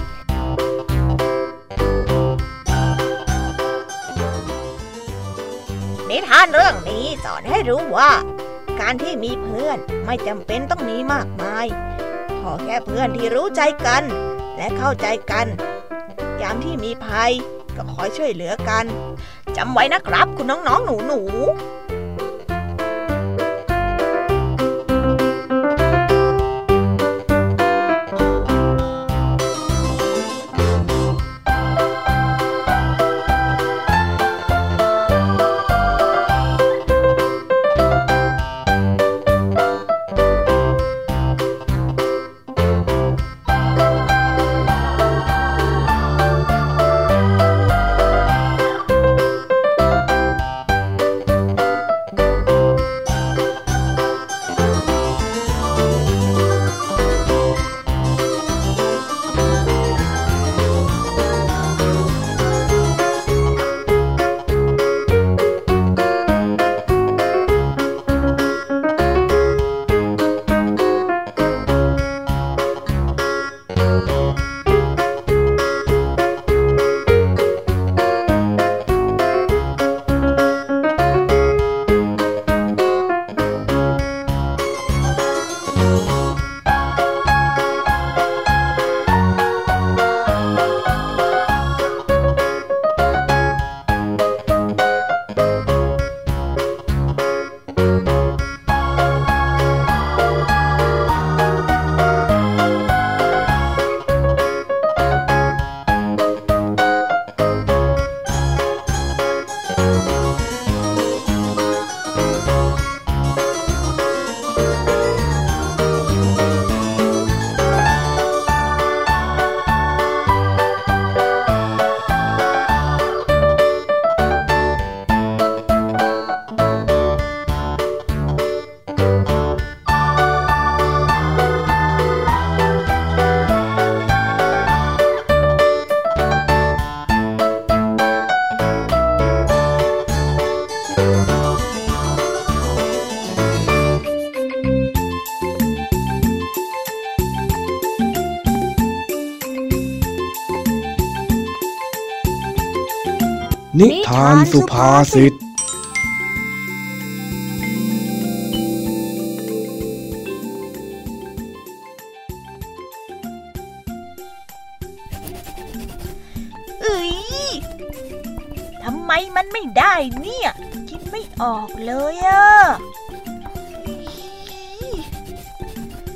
นิทานเรื่องนี้สอนให้รู้ว่าการที่มีเพื่อนไม่จำเป็นต้องมีมากมายขอแค่เพื่อนที่รู้ใจกันและเข้าใจกันยามที่มีภัยก็คอยช่วยเหลือกันจำไว้นะครับคุณน้องๆหนูๆนิทานสุภาษิตทำไมมันไม่ได้เนี่ยคิดไม่ออกเลยอะ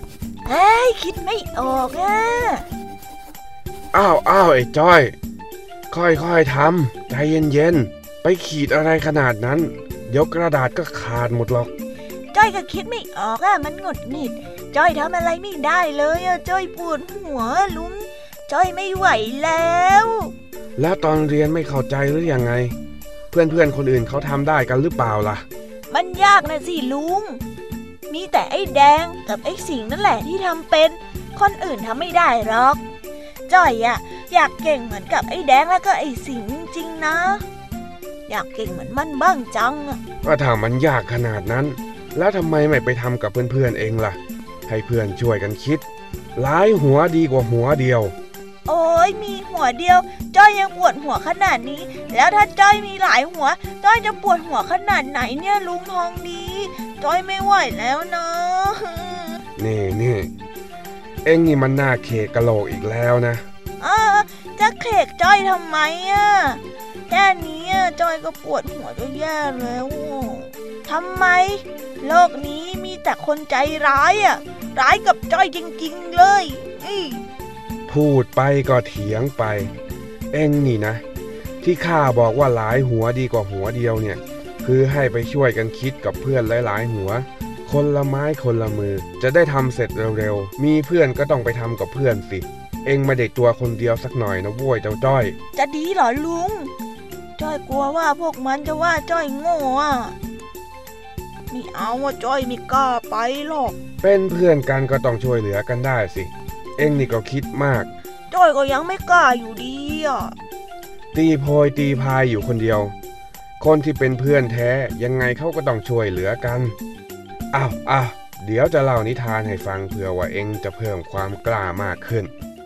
เฮ้ยคิดไม่ออกอ่ะอ้าวไอ้จ้อยค่อยๆทำใจเย็นๆไปขีดอะไรขนาดนั้นเดี๋ยวกระดาษก็ขาดหมดหรอกจ้อยก็คิดไม่ออกอ่ะมันหงุดหงิดจ้อยทำอะไรไม่ได้เลยอ่ะจ้อยปวดหัวลุงจ้อยไม่ไหวแล้วตอนเรียนไม่เข้าใจหรือยังไงเพื่อนคนอื่นเขาทำได้กันหรือเปล่าล่ะมันยากนะสิลุงมีแต่ไอ้แดงกับไอ้สิงห์นั่นแหละที่ทำเป็นคนอื่นทำไม่ได้หรอกจ้อยอ่ะอยากเก่งเหมือนกับไอ้แดงแล้วก็ไอ้สิงห์จริงนะอยากเก่งเหมือนมันบ้างจังอ่ะก็ถ้ามันยากขนาดนั้นแล้วทำไมไม่ไปทำกับเพื่อนเองล่ะให้เพื่อนช่วยกันคิดหลายหัวดีกว่าหัวเดียวโอ้ยมีหัวเดียวจ้อยยังปวดหัวขนาดนี้แล้วถ้าจ้อยมีหลายหัวจ้อยจะปวดหัวขนาดไหนเนี่ยลุงทองดีจ้อยไม่ไหวแล้วนะนี่เอ็งนี่มันน่าเขกกะโหลกอีกแล้วนะจะเขกจ้อยทำไมอ่ะแค่นี้จ้อยก็ปวดหัวจะแย่แล้วทำไมโลกนี้มีแต่คนใจร้ายร้ายกับจ้อยจริงๆเลยพูดไปก็เถียงไปเอ็งนี่นะที่ข้าบอกว่าหลายหัวดีกว่าหัวเดียวเนี่ยคือให้ไปช่วยกันคิดกับเพื่อนหลายๆหัวคนละไม้คนละมือจะได้ทำเสร็จเร็วๆมีเพื่อนก็ต้องไปทำกับเพื่อนสิเอ็งไม่ได้ตัวคนเดียวสักหน่อยนะโว้ยเจ้าจ้อยจะดีเหรอลุงจ้อยกลัวว่าพวกมันจะว่าจ้อยโง่ไม่เอาจ้อยไม่กล้าไปหรอกเป็นเพื่อนกันก็ต้องช่วยเหลือกันได้สิเอ็งนี่ก็คิดมากจ้อยก็ยังไม่กล้าอยู่ดีตีโพยตีพายอยู่คนเดียวคนที่เป็นเพื่อนแท้ยังไงเขาก็ต้องช่วยเหลือกันอ้าวเดี๋ยวจะเล่านิทานให้ฟังเผื่อว่าเอ็งจะเพิ่มความกล้ามากขึ้น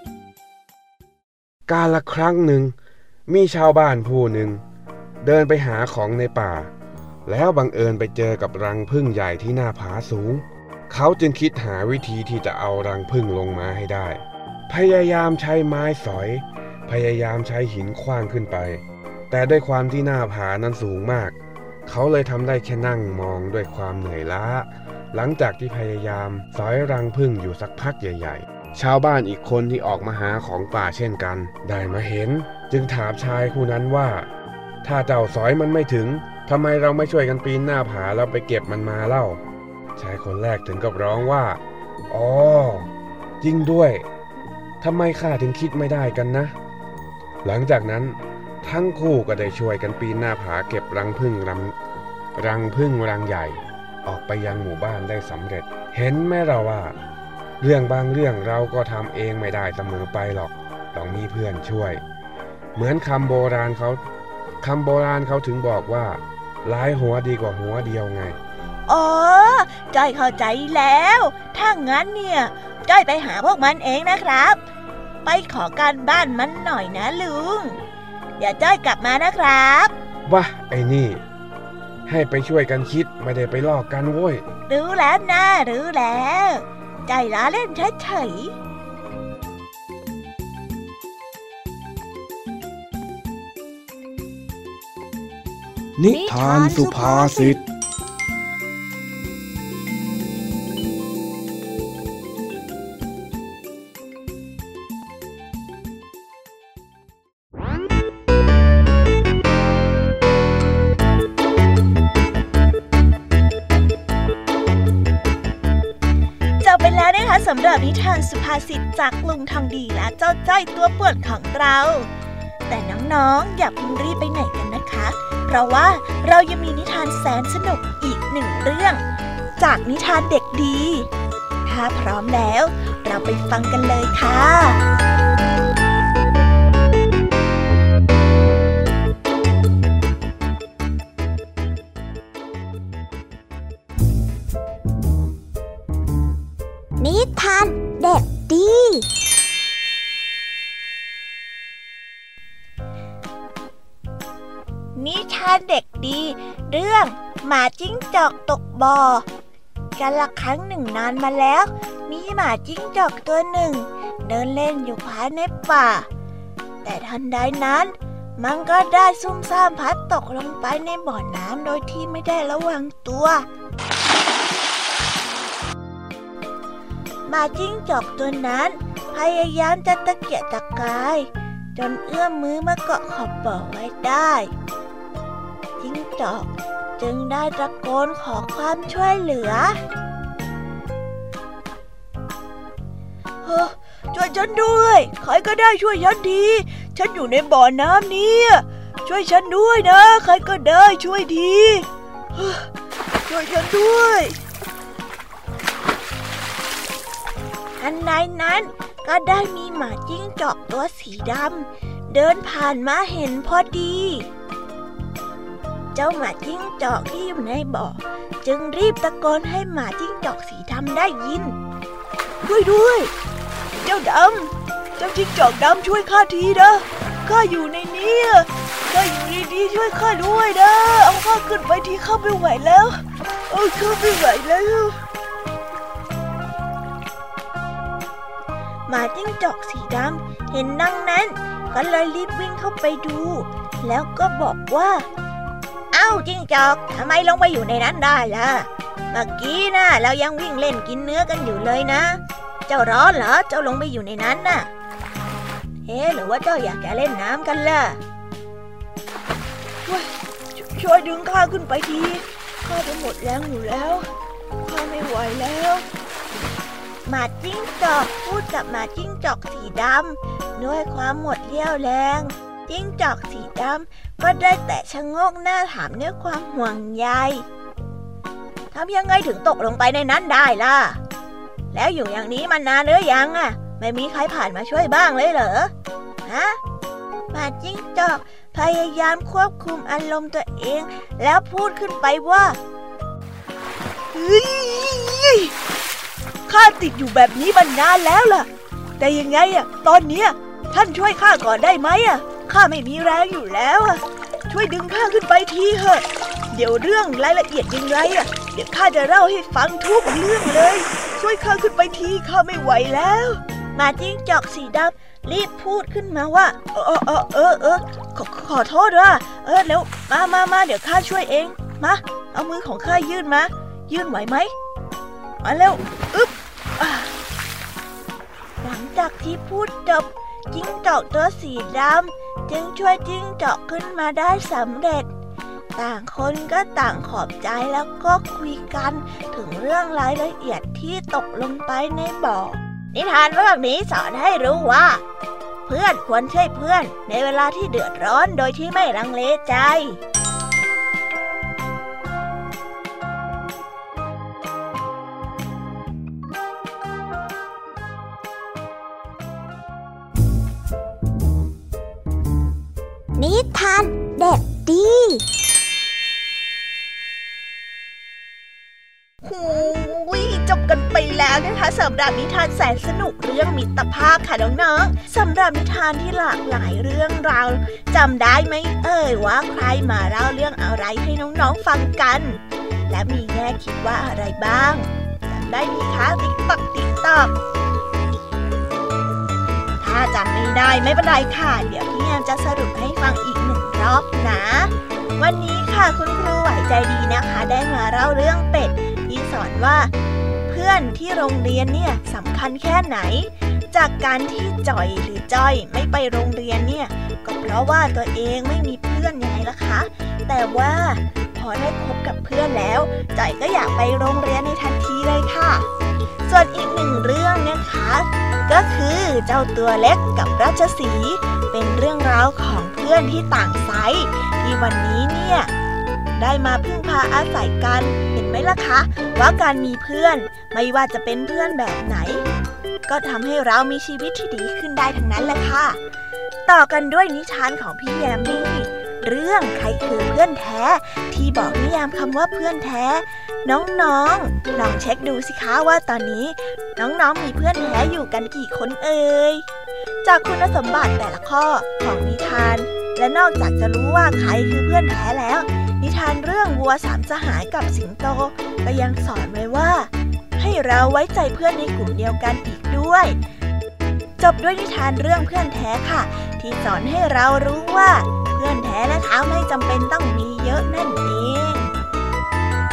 กาลครั้งหนึ่งมีชาวบ้านผู้หนึ่งเดินไปหาของในป่าแล้วบังเอิญไปเจอกับรังผึ้งใหญ่ที่หน้าผาสูงเขาจึงคิดหาวิธีที่จะเอารังผึ้งลงมาให้ได้พยายามใช้ไม้สอยพยายามใช้หินขว้างขึ้นไปแต่ด้วยความที่หน้าผานั้นสูงมากเขาเลยทำได้แค่นั่งมองด้วยความเหนื่อยล้าหลังจากที่พยายามสอยรังผึ้งอยู่สักพักใหญ่ๆชาวบ้านอีกคนที่ออกมาหาของป่าเช่นกันได้มาเห็นจึงถามชายผู้นั้นว่าถ้าเจ้าสอยมันไม่ถึงทำไมเราไม่ช่วยกันปีนหน้าผาแล้วไปเก็บมันมาเล่าชายคนแรกถึงกับร้องว่าอ๋อจริงด้วยทำไมข้าถึงคิดไม่ได้กันนะหลังจากนั้นทั้งคู่ก็ได้ช่วยกันปีนหน้าผาเก็บรังผึ้งรังใหญ่ออกไปยังหมู่บ้านได้สำเร็จเห็นไหมเราว่าเรื่องบางเรื่องเราก็ทำเองไม่ได้เสมอไปหรอกต้องมีเพื่อนช่วยเหมือนคำโบราณเขาถึงบอกว่าหลายหัวดีกว่าหัวเดียวไงอ๋อจ้อยเข้าใจแล้วถ้างั้นเนี่ยจ้อยไปหาพวกมันเองนะครับไปขอการบ้านมันหน่อยนะลุงเดี๋ยวจ้อยกลับมานะครับว่ะไอ้นี่ให้ไปช่วยกันคิดไม่ได้ไปลอกกันโว้ยรู้แล้วนะรู้แล้วจ้อยล้อเล่นเฉยนิทานสุภาษิตสำหรับนิทานสุภาษิตจากลุงทองดีและเจ้าจ้อยตัวป่วนของเราแต่น้องๆอย่าเพิ่งรีบไปไหนกันนะคะเพราะว่าเรายังมีนิทานแสนสนุกอีกหนึ่งเรื่องจากนิทานเด็กดีถ้าพร้อมแล้วเราไปฟังกันเลยค่ะนิทานเด็กดีนิทานเด็กดีเรื่องหมาจิ้งจอกตกบ่อกันละครั้งหนึ่งนานมาแล้วมีหมาจิ้งจอกตัวหนึ่งเดินเล่นอยู่ภายในป่าแต่ทันใดนั้นมันก็ได้ซุ่มซ่ามพลัดตกลงไปในบ่อน้ำโดยที่ไม่ได้ระวังตัวหมาจิ้งจอกตัวนั้นพยายามจะตะเกียกตะกายจนเอื้อมมือมาเกาะขอบบ่อไว้ได้จิ้งจอกจึงได้ตะโกนขอความช่วยเหลือช่วยฉันด้วยใครก็ได้ช่วยฉันทีฉันอยู่ในบ่อน้ำนี้ช่วยฉันด้วยนะใครก็ได้ช่วยทีช่วยฉันด้วยทันใดนั้นก็ได้มีหมาจิ้งจอกตัวสีดำเดินผ่านมาเห็นพอดีเจ้าหมาจิ้งจอกที่อยู่ในบ่อจึงรีบตะโกนให้หมาจิ้งจอกสีดำได้ยินช่วยด้วยเจ้าดำเจ้าจิ้งจอกดำช่วยข้าทีนะข้าอยู่ในนี้ข้าอยู่ดีๆช่วยข้าด้วยนะเอาข้าขึ้นไปทีข้าไม่ไหวแล้วข้าไม่ไหวแล้วหมาจิ้งจอกสีดำเห็นดังนั้นก็เลยรีบวิ่งเข้าไปดูแล้วก็บอกว่าเอ้าจิ้งจอกทำไมลงไปอยู่ในนั้นได้ล่ะเมื่อกี้นะเรายังวิ่งเล่นกินเนื้อกันอยู่เลยนะเจ้าร้อนเหรอเจ้าลงไปอยู่ในนั้นน่ะหรือว่าเจ้าอยากจะเล่นน้ำกันล่ะช่วยดึงข้าขึ้นไปทีข้าจะหมดแรงอยู่แล้วข้าไม่ไหวแล้วหมาจิ้งจอกพูดกับหมาจิ้งจอกสีดำด้วยความหมดเรี่ยวแรงจิ้งจอกสีดำก็ได้แต่ชะโงกหน้าถามด้วยความห่วงใยทำยังไงถึงตกลงไปในนั้นได้ล่ะแล้วอยู่อย่างนี้มานานหรือยังไม่มีใครผ่านมาช่วยบ้างเลยเหรอฮะหมาจิ้งจอกพยายามควบคุมอารมณ์ตัวเองแล้วพูดขึ้นไปว่าข้าติดอยู่แบบนี้มานานแล้วล่ะแต่ยังไงตอนนี้ท่านช่วยข้าก่อนได้ไหมข้าไม่มีแรงอยู่แล้วช่วยดึงข้าขึ้นไปทีเถอะเดี๋ยวเรื่องรายละเอียดยังไงเดี๋ยวข้าจะเล่าให้ฟังทุกเรื่องเลยช่วยข้าขึ้นไปทีข้าไม่ไหวแล้วหมาจิ้งจอกสีดำรีบพูดขึ้นมาว่าขอโทษว่ะแล้วมาเดี๋ยวข้าช่วยเองมาเอามือของข้ายื่นมายื่นไหวไหมมาเร็วอึ๊บหลังจากที่พูดจบจิ้งจอกตัวสีดำจึงช่วยจิ้งจอกขึ้นมาได้สำเร็จต่างคนก็ต่างขอบใจแล้วก็คุยกันถึงเรื่องรายละเอียดที่ตกลงไปในบ่อนิทานเรื่องนี้สอนให้รู้ว่าเพื่อนควรช่วยเพื่อนในเวลาที่เดือดร้อนโดยที่ไม่ลังเลใจนิทานเด็ดดีจบกันไปแล้วนะคะสำหรับนิทานแสนสนุกเรื่องมิตรภาพค่ะน้องๆสำหรับนิทานที่หลากหลายเรื่องราวจำได้ไหมว่าใครมาเล่าเรื่องอะไรให้น้องๆฟังกันและมีแง่คิดว่าอะไรบ้างจำได้ไหมคะติ๊กต๊อกถ้าจำไม่ได้ไม่เป็นไรค่ะเดี๋ยวพี่แอมจะสรุปให้ฟังอีก1 รอบนะวันนี้ค่ะคุณครูไหวใจดีนะคะได้มาเล่าเรื่องเป็ดที่สอนว่าเพื่อนที่โรงเรียนเนี่ยสำคัญแค่ไหนจากการที่จ่อยหรือจ้อยไม่ไปโรงเรียนเนี่ยก็เพราะว่าตัวเองไม่มีเพื่อนยังไงล่ะคะแต่ว่าพอได้คบกับเพื่อนแล้วจ่อยก็อยากไปโรงเรียนในทันทีเลยค่ะส่วนอีก1 เรื่องนะคะก็คือเจ้าตัวเล็กกับราชสีห์เป็นเรื่องราวของเพื่อนที่ต่างไซส์ที่วันนี้เนี่ยได้มาพึ่งพาอาศัยกันเห็นไหมล่ะคะว่าการมีเพื่อนไม่ว่าจะเป็นเพื่อนแบบไหนก็ทำให้เรามีชีวิตที่ดีขึ้นได้ทั้งนั้นแหละค่ะต่อกันด้วยนิทานของพี่แยมมี่เรื่องใครคือเพื่อนแท้ที่บอกนิยามคำว่าเพื่อนแท้น้องๆลองเช็คดูสิคะว่าตอนนี้น้องๆมีเพื่อนแท้อยู่กันกี่คนเอ่ยจากคุณสมบัติแต่ละข้อของนิทานและนอกจากจะรู้ว่าใครคือเพื่อนแท้แล้วนิทานเรื่องวัว3 สหายกับสิงโตก็ยังสอนไว้ว่าให้เราไว้ใจเพื่อนในกลุ่มเดียวกันอีกด้วยจบด้วยนิทานเรื่องเพื่อนแท้ค่ะที่สอนให้เรารู้ว่าเพื่อนแท้นะคะไม่จำเป็นต้องมีเยอะนั่นเอง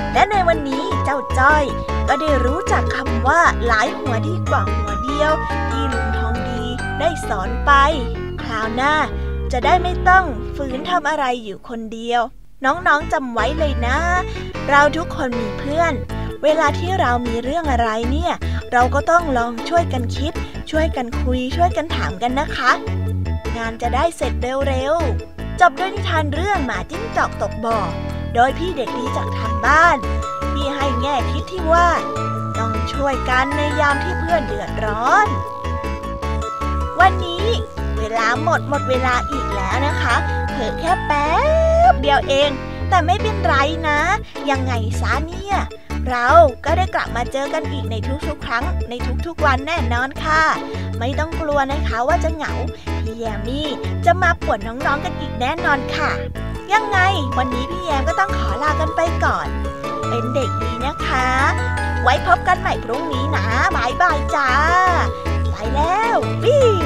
และในวันนี้เจ้าจ้อยก็ได้รู้จักคำว่าหลายหัวดีกว่าหัวเดียวที่ลุงทองดีได้สอนไปคราวหน้าจะได้ไม่ต้องฝืนทำอะไรอยู่คนเดียวน้องๆจำไว้เลยนะเราทุกคนมีเพื่อนเวลาที่เรามีเรื่องอะไรเนี่ยเราก็ต้องลองช่วยกันคิดช่วยกันคุยช่วยกันถามกันนะคะงานจะได้เสร็จเร็วๆจบด้วยนิทานเรื่องหมาจิ้งจอกตกบ่อโดยพี่เด็กดีจากทางบ้านที่ให้แง่คิดที่ว่าต้องช่วยกันในยามที่เพื่อนเดือดร้อนวันนี้เวลาหมดเวลาอีกแล้วนะคะเผลอแค่แป๊บเดียวเองแต่ไม่เป็นไรนะยังไงซะเนี่ยเราก็ได้กลับมาเจอกันอีกในทุกๆครั้งในทุกๆวันแน่นอนค่ะไม่ต้องกลัวนะคะว่าจะเหงาพี่แยมมี่จะมาป่วนน้องๆกันอีกแน่นอนค่ะยังไงวันนี้พี่แยมก็ต้องขอลากันไปก่อนเป็นเด็กดีนะคะไว้พบกันใหม่พรุ่งนี้นะบ๊ายบายจ้าไปแล้ววิว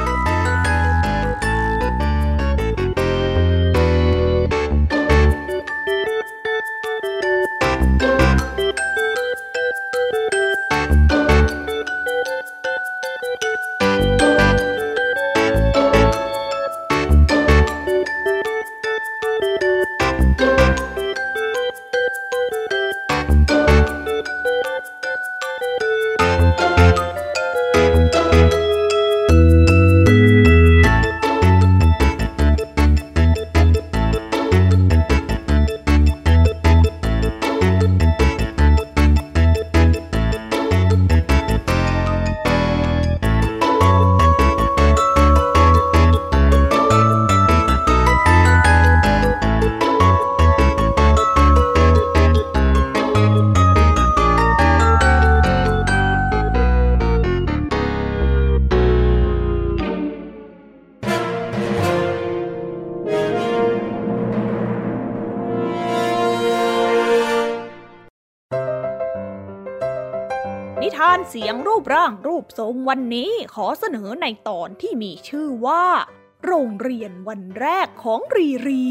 นิทานเสียงรูปร่างรูปทรงวันนี้ขอเสนอในตอนที่มีชื่อว่าโรงเรียนวันแรกของรีรี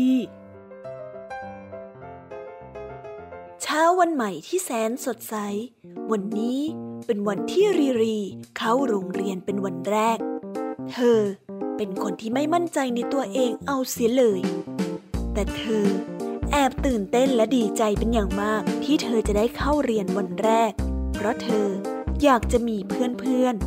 เช้าวันใหม่ที่แสนสดใสวันนี้เป็นวันที่รีรีเข้าโรงเรียนเป็นวันแรกเธอเป็นคนที่ไม่มั่นใจในตัวเองเอาเสียเลยแต่เธอแอบตื่นเต้นและดีใจเป็นอย่างมากที่เธอจะได้เข้าเรียนวันแรกเพราะเธออยากจะมีเพื่อน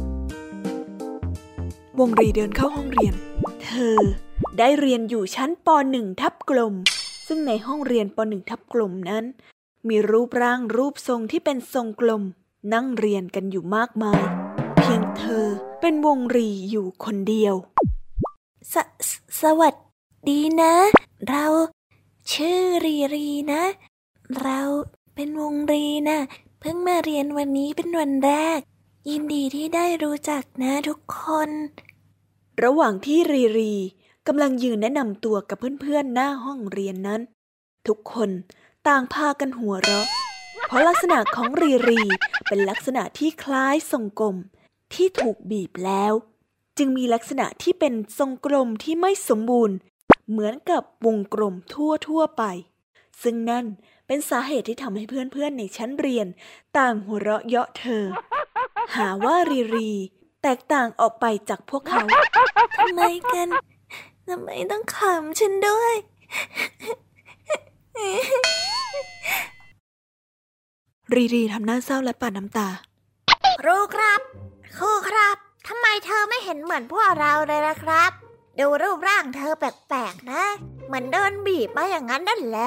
ๆวงรีเดินเข้าห้องเรียนเธอได้เรียนอยู่ชั้นป .1 ทับกลมซึ่งในห้องเรียนป .1 ทับกลมนั้นมีรูปร่างรูปทรงที่เป็นทรงกลมนั่งเรียนกันอยู่มากมายเพียงเธอเป็นวงรีอยู่คนเดียวสวัสดีนะเราชื่อรีรีนะเราเป็นวงรีนะเพิ่งมาเรียนวันนี้เป็นวันแรกยินดีที่ได้รู้จักนะทุกคนระหว่างที่รีรีกำลังยืนแนะนำตัวกับเพื่อนๆหน้าห้องเรียนนั้นทุกคนต่างพากันหัวเราะเพราะลักษณะของรีรีเป็นลักษณะที่คล้ายทรงกลมที่ถูกบีบแล้วจึงมีลักษณะที่เป็นทรงกลมที่ไม่สมบูรณ์เหมือนกับวงกลมทั่วไปซึ่งนั่นเป็นสาเหตุที่ทำให้เพื่อนๆในชั้นเรียนต่างหัวเราะเยาะเธอหาว่ารีรีแตกต่างออกไปจากพวกเขาทำไมกันทำไมต้องขำฉันด้วยรีรีทำหน้าเศร้าและปาดน้ำตาครูครับทำไมเธอไม่เห็นเหมือนพวกเราเลยล่ะครับดูรูปร่างเธอแปลกๆนะเหมือนโดนบีบมาอย่างนั้นนั่นแหละ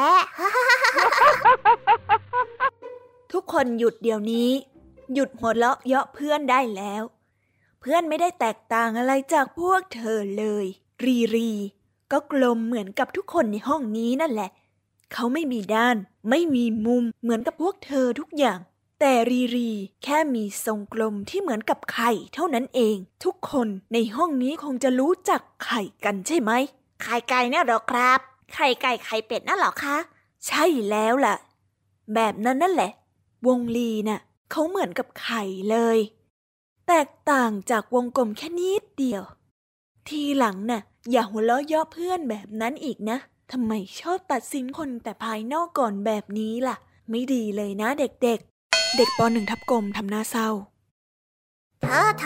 ทุกคนหยุดเดี๋ยวนี้หยุดหัวเราะเยาะเพื่อนได้แล้วเพื่อนไม่ได้แตกต่างอะไรจากพวกเธอเลยรีรีก็กลมเหมือนกับทุกคนในห้องนี้นั่นแหละเขาไม่มีด้านไม่มีมุมเหมือนกับพวกเธอทุกอย่างแต่รีรีแค่มีทรงกลมที่เหมือนกับไข่เท่านั้นเองทุกคนในห้องนี้คงจะรู้จักไข่กันใช่ไหมไข่ไก่เนี่ยหรอครับไข่ไก่ไข่เป็ดน่ะหรอคะใช่แล้วล่ะแบบนั้นนั่นแหละวงลีน่ะเขาเหมือนกับไข่เลยแตกต่างจากวงกลมแค่นิดเดียวทีหลังน่ะอย่าหัวเราะเยาะเพื่อนแบบนั้นอีกนะทำไมชอบตัดสินคนแต่ภายนอกก่อนแบบนี้ล่ะไม่ดีเลยนะเด็กๆ เด็กป.1 ทับกลมทำหน้าเศร้าเธ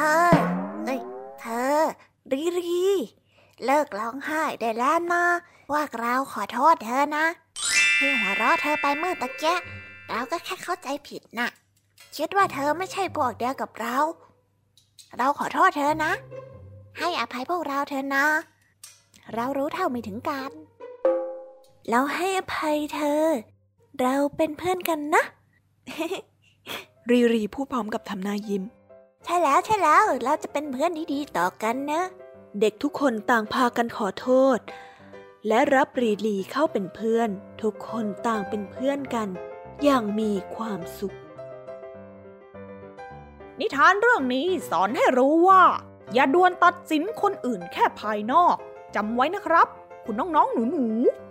อรีเลิกร้องไห้ได้แล้วนะพวกเราขอโทษเธอนะที่หัวเราะเธอไปเมื่อตะแกะเราก็แค่เข้าใจผิดน่ะคิดว่าเธอไม่ใช่พวกเดียวกับเราขอโทษเธอนะให้อภัยพวกเราเธอนะเรารู้เท่าไม่ถึงการเราให้อภัยเธอเราเป็นเพื่อนกันนะรีพูดพร้อมกับทำหน้ายิ้มใช่แล้วเราจะเป็นเพื่อนดีๆต่อกันนะเด็กทุกคนต่างพากันขอโทษและรับรีเข้าเป็นเพื่อนทุกคนต่างเป็นเพื่อนกันอย่างมีความสุขนิทานเรื่องนี้สอนให้รู้ว่าอย่าด่วนตัดสินคนอื่นแค่ภายนอกจำไว้นะครับคุณน้องๆหนูๆ